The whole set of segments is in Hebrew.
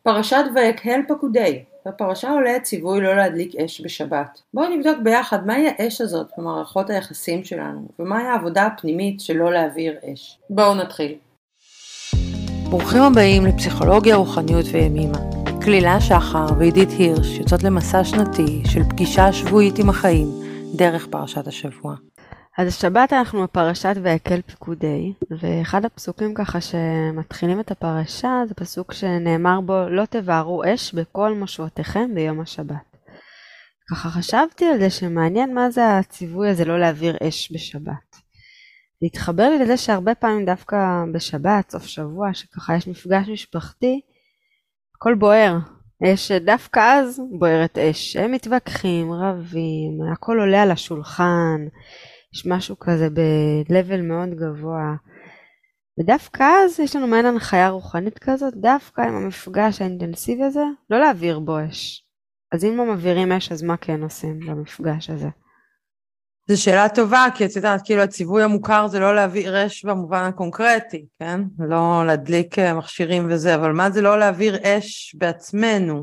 פרשת ויקהל פקודי. בפרשה עולה ציווי לא להדליק אש בשבת. בואו נבדוק ביחד מהי האש הזאת במערכות היחסים שלנו, ומהי העבודה הפנימית של לא להעביר אש. בואו נתחיל. ברוכים הבאים לפסיכולוגיה, רוחניות וימימה. כלילה שחר ועידית הירש יוצאות למסע שנתי של פגישה שבועית עם החיים דרך פרשת השבוע. אז השבת אנחנו בפרשת ויקהל פקודי, ואחד הפסוקים ככה שמתחילים את הפרשה זה פסוק שנאמר בו לא תבערו אש בכל משועותיכם ביום השבת. ככה חשבתי על זה שמעניין מה זה הציווי הזה לא להעביר אש בשבת. להתחבר לי לזה שהרבה פעמים דווקא בשבת, סוף שבוע, שככה יש מפגש משפחתי, הכל בוער. יש דווקא אז בוערת אש. הם מתווכחים, רבים, הכל עולה על השולחן, יש משהו כזה בלבל מאוד גבוה. ודווקא אז יש לנו מעין הנחיה רוחנית כזאת, דווקא עם המפגש האינטנסיבי הזה, לא להעביר בו אש. אז אם לא מעבירים אש, אז מה כן עושים במפגש הזה? זו שאלה טובה, כי את יודעת, כאילו הציווי המוכר זה לא להעביר אש במובן הקונקרטי, כן? לא להדליק מכשירים וזה, אבל מה זה לא להעביר אש בעצמנו?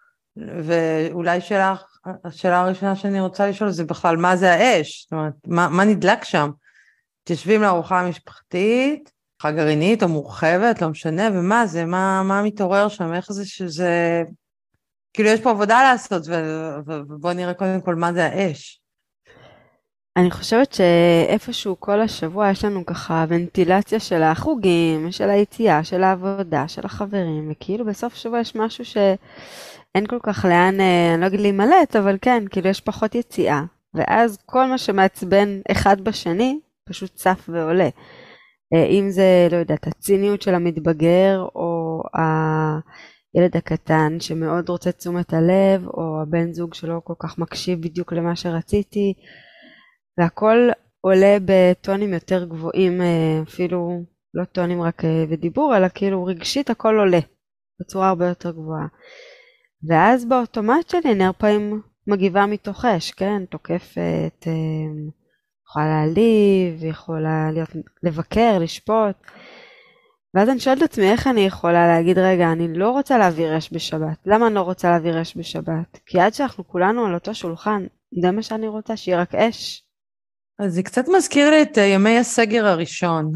ואולי השאלה הראשונה שאני רוצה לשאול זה בכלל מה זה האש? זאת אומרת, מה נדלק שם? תשבים לארוחה המשפחתית, ארוחה גרעינית או מורחבת, לא משנה, ומה זה? מה מתעורר שם? איך זה שזה... כאילו יש פה עבודה לעשות, ובוא נראה קודם כל מה זה האש. אני חושבת שאיפשהו כל השבוע יש לנו ככה ונטילציה של החוגים, של היציאה, של העבודה, של החברים, וכאילו בסוף שבוע יש משהו שאין כל כך לאן, אני לא אגיד להימלט, אבל כן, כאילו יש פחות יציאה. ואז כל מה שמעצבן אחד בשני פשוט צף ועולה. אם זה, לא יודעת, הציניות של המתבגר, או הילד הקטן שמאוד רוצה תשומת הלב, או הבן זוג שלא כל כך מקשיב בדיוק למה שרציתי, והכל עולה בטונים יותר גבוהים, אפילו לא טונים רק בדיבור, אלא כאילו רגשית הכל עולה בצורה הרבה יותר גבוהה. ואז באוטומט שלי אני הרבה פעמים מגיבה מתוך אש, כן? תוקפת, יכולה להעליב, יכולה לבקר, לשפוט. ואז אני שואלת עצמי איך אני יכולה להגיד, רגע, אני לא רוצה להעביר אש בשבת. למה אני לא רוצה להעביר אש בשבת? כי עד שאנחנו כולנו על אותו שולחן, זה מה שאני רוצה, שיהיה רק אש. אז זה קצת מזכיר לי את ימי הסגר הראשון.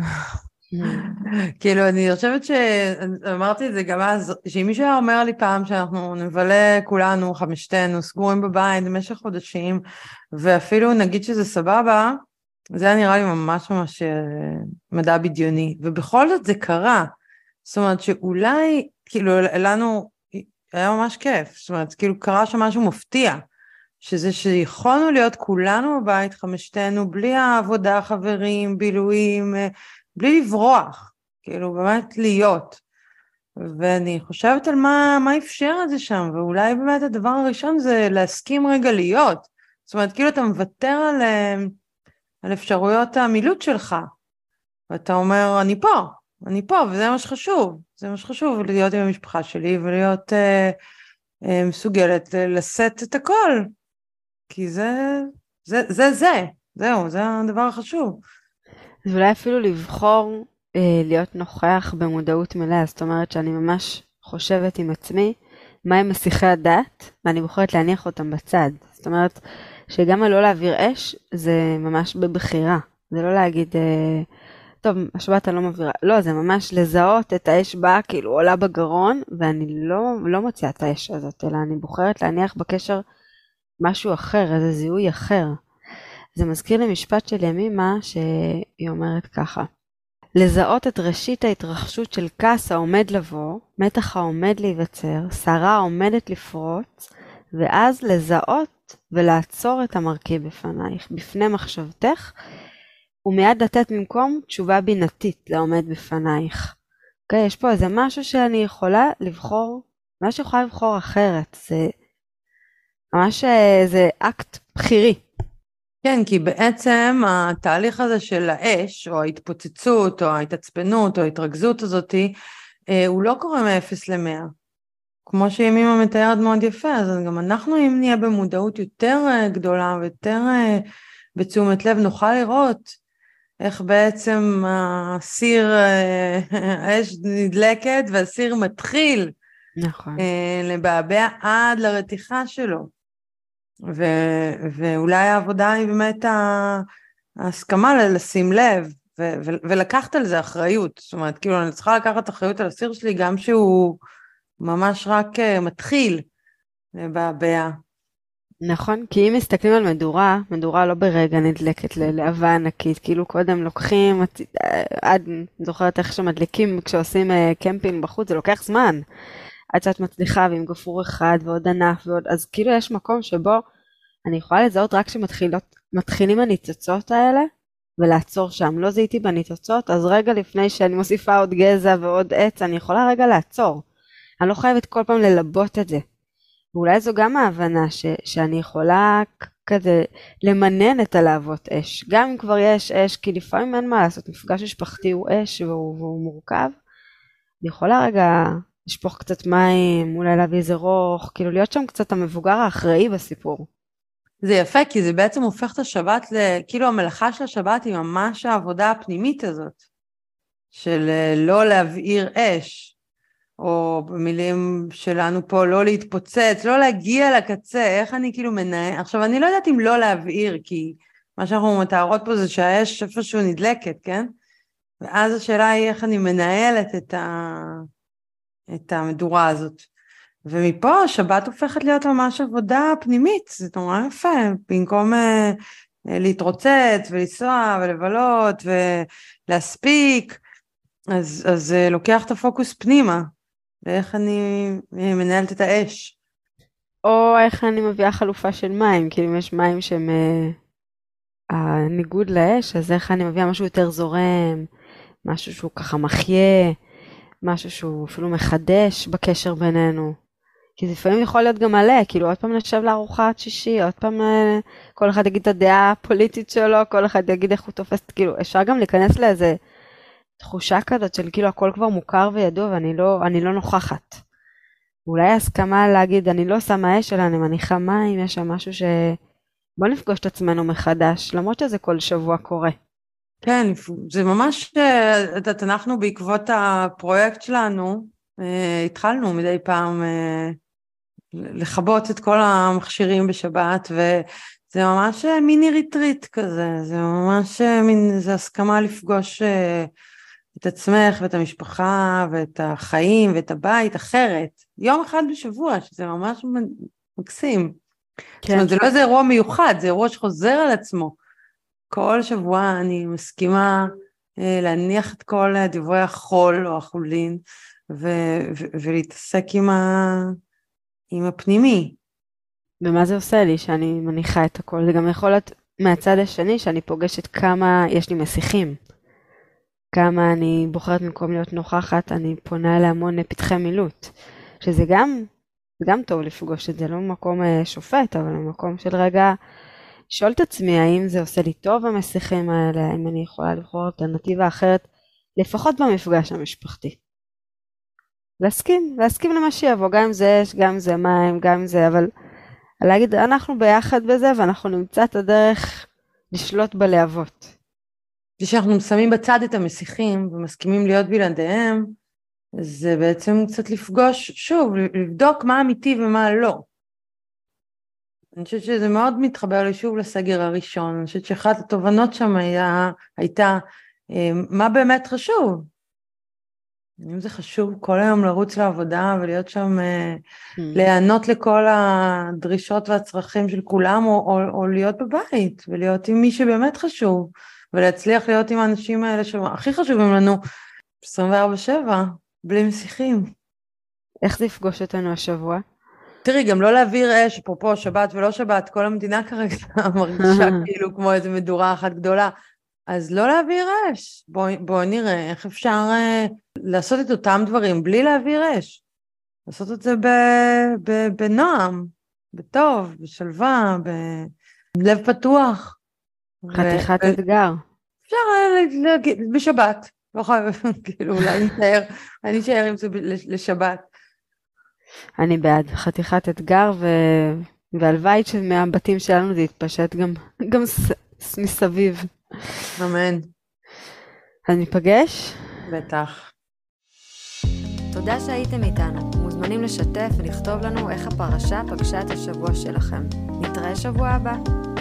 כאילו, אני חושבת שאמרתי את זה גם אז, שאם מישהו היה אומר לי פעם שאנחנו נבלה כולנו, חמשתנו, סגורים בבית במשך חודשים, ואפילו נגיד שזה סבבה, זה היה נראה לי ממש ממש מדע בדיוני, ובכל זאת זה קרה. זאת אומרת שאולי, כאילו, לנו היה ממש כיף, זאת אומרת, כאילו קרה שם משהו מפתיע, שזה שיכולנו להיות כולנו בבית חמשתנו, בלי העבודה, חברים, בילויים, בלי לברוח, כאילו באמת להיות. ואני חושבת על מה אפשר את זה שם, ואולי באמת הדבר הראשון זה להסכים רגע להיות. זאת אומרת, כאילו אתה מוותר על אפשרויות המילוט שלך, ואתה אומר, אני פה, וזה מה שחשוב. זה מה שחשוב, להיות עם המשפחה שלי, ולהיות מסוגלת לשאת את הכל. כי זהו, זה הדבר החשוב. אז אולי אפילו לבחור להיות נוכח במודעות מלאה, זאת אומרת שאני ממש חושבת עם עצמי, מהם מסיחי הדת, ואני בוחרת להניח אותם בצד. זאת אומרת, שגם לא להעביר אש, זה ממש בבחירה. זה לא להגיד, טוב, השבת אני לא מעבירה. לא, זה ממש לזהות את האש בה, כאילו עולה בגרון, ואני לא מוציאה את האש הזאת, אלא אני בוחרת להניח בקשר משהו אחר, איזה זיהוי אחר. זה מזכיר לי משפט של ימימה שהיא אומרת ככה. לזהות את ראשית ההתרחשות של כעס העומד לבוא, מתח העומד להיווצר, סערה העומדת לפרוץ, ואז לזהות ולעצור את המרכיב בפנייך, בפני מחשבתך, ומיד לתת במקום תשובה בינתית לעומד בפנייך. אוקיי, יש פה איזה משהו שאני יכולה לבחור, מה שיכולה לבחור אחרת, זה ממש זה אקט בחירי. כן, כי בעצם התהליך הזה של האש, או ההתפוצצות, או ההתעצבנות, או ההתרכזות הזאת, הוא לא קורה מ-0 ל-100. כמו שימימה מתארת מאוד יפה, אז גם אנחנו, אם נהיה במודעות יותר גדולה, ויותר בתשומת לב, נוכל לראות איך בעצם הסיר, האש נדלקת, והסיר מתחיל נכון. לבעבע עד לרתיחה שלו. ואולי העבודה היא באמת ההסכמה לשים לב, ולקחת על זה אחריות. זאת אומרת, כאילו אני צריכה לקחת אחריות על הסיר שלי, גם שהוא ממש רק מתחיל לבעבע. נכון, כי אם מסתכלים על מדורה לא ברגע נדלקת ללהבה ענקית, כאילו קודם לוקחים, עד זוכרת איך שמדליקים כשעושים קמפינג בחוץ, זה לוקח זמן, עד שאת מצליחה ועם גפרור אחד ועוד ענף ועוד, אז כאילו יש מקום שבו אני יכולה לזהות רק שמתחילים הניצוצות האלה, ולעצור שם, לא זיהיתי בניצוצות, אז רגע לפני שאני מוסיפה עוד גזע ועוד עץ, אני יכולה רגע לעצור, אני לא חייבת כל פעם ללבות את זה. ואולי זו גם ההבנה שאני יכולה כזה למנן את הלהבות אש. גם אם כבר יש אש, כי לפעמים אין מה לעשות, מפגש משפחתי הוא אש והוא מורכב. אני יכולה רגע לשפוך קצת מים, אולי להביא איזה רוך, כאילו להיות שם קצת המבוגר האחראי בסיפור. זה יפה, כי זה בעצם הופך את השבת, כאילו המלאכה של השבת היא ממש העבודה הפנימית הזאת, של לא להבעיר אש. או במילים שלנו פה, לא להתפוצץ, לא להגיע לקצה, איך אני כאילו מנהל, עכשיו אני לא יודעת אם לא להבעיר, כי מה שאנחנו מתארות פה זה שהאש איפשהו נדלקת, כן? ואז השאלה היא איך אני מנהלת את המדורה הזאת. ומפה השבת הופכת להיות ממש עבודה פנימית, זה נורא יפה, במקום להתרוצץ ולנסוע ולבלות ולהספיק, אז לוקח את הפוקוס פנימה, ואיך אני מנהלת את האש. או איך אני מביאה חלופה של מים, כאילו אם יש מים שהם הניגוד לאש, אז איך אני מביאה משהו יותר זורם, משהו שהוא ככה מחיה, משהו שהוא אפילו מחדש בקשר בינינו. כי זה לפעמים יכול להיות גם מלא, כאילו עוד פעם נשב לארוחת שישי, עוד פעם כל אחד יגיד את הדעה הפוליטית שלו, כל אחד יגיד איך הוא תופס, כאילו אפשר גם להיכנס לאיזה תחושה כזאת של כאילו הכל כבר מוכר וידוע ואני לא נוכחת. ואולי הסכמה להגיד אני לא שמה אש אלא אני מניחה מים, יש שם משהו בוא נפגוש את עצמנו מחדש, למרות שזה כל שבוע קורה. כן, זה ממש, אנחנו בעקבות הפרויקט שלנו, התחלנו מדי פעם לחבות את כל המכשירים בשבת, וזה ממש מיני ריטריט כזה, זה ממש זה הסכמה לפגוש את עצמך ואת המשפחה ואת החיים ואת הבית אחרת, יום אחד בשבוע, שזה ממש מקסים. כן. זאת אומרת, זה לא איזה אירוע מיוחד, זה אירוע שחוזר על עצמו. כל שבוע אני מסכימה להניח את כל דברי החול או החולין, ולהתעסק עם הפנימי. ומה זה עושה לי שאני מניחה את הכל? זה גם יכול להיות מהצד השני שאני פוגשת כמה יש לי מסיכים. כמה אני בוחרת במקום להיות נוכחת, אני פונה להמון פתחי מילוט. שזה גם טוב לפגוש את זה, לא מקום שופט, אבל מקום של רגע לשאול את עצמי האם זה עושה לי טוב המסיכים האלה, האם אני יכולה לבחור אלטרנטיבה אחרת, לפחות במפגש המשפחתי. להסכים למה שיבוא, גם אם זה אש, גם אם זה מים, גם אם זה, אבל להגיד אנחנו ביחד בזה ואנחנו נמצא את הדרך לשלוט בלהבות. כשאנחנו שמים בצד את המסיכים ומסכימים להיות בלעדיהם, זה בעצם קצת לפגוש, שוב, לבדוק מה אמיתי ומה לא. אני חושבת שזה מאוד מתחבר לי שוב לסגר הראשון, אני חושבת שאחת התובנות שם הייתה מה באמת חשוב. אם זה חשוב כל היום לרוץ לעבודה ולהיות שם, להיענות לכל הדרישות והצרכים של כולם, או להיות בבית ולהיות עם מי שבאמת חשוב, ולהצליח להיות עם האנשים האלה שהכי חשובים לנו 24/7, בלי מסיכים. איך זה יפגוש אותנו השבוע? תראי, גם לא להעביר אש, אפרופו שבת ולא שבת, כל המדינה כרגע מרגישה כאילו כמו איזו מדורה אחת גדולה, אז לא להעביר אש. בואו נראה איך אפשר לעשות את אותם דברים בלי להעביר אש. לעשות את זה בנועם, בטוב, בשלווה, בלב פתוח. חתיכת אתגר. אפשר להגיד, בשבת. לא חייב, כאילו, אולי אני אשאר עם זה לשבת. אני בעד, חתיכת אתגר, והלוואי שמהבתים שלנו זה יתפשט גם מסביב. אמן. אז ניפגש? בטח. תודה שהייתם איתנו. מוזמנים לשתף ולכתוב לנו איך הפרשה פגשה את השבוע שלכם. נתראה שבוע הבא.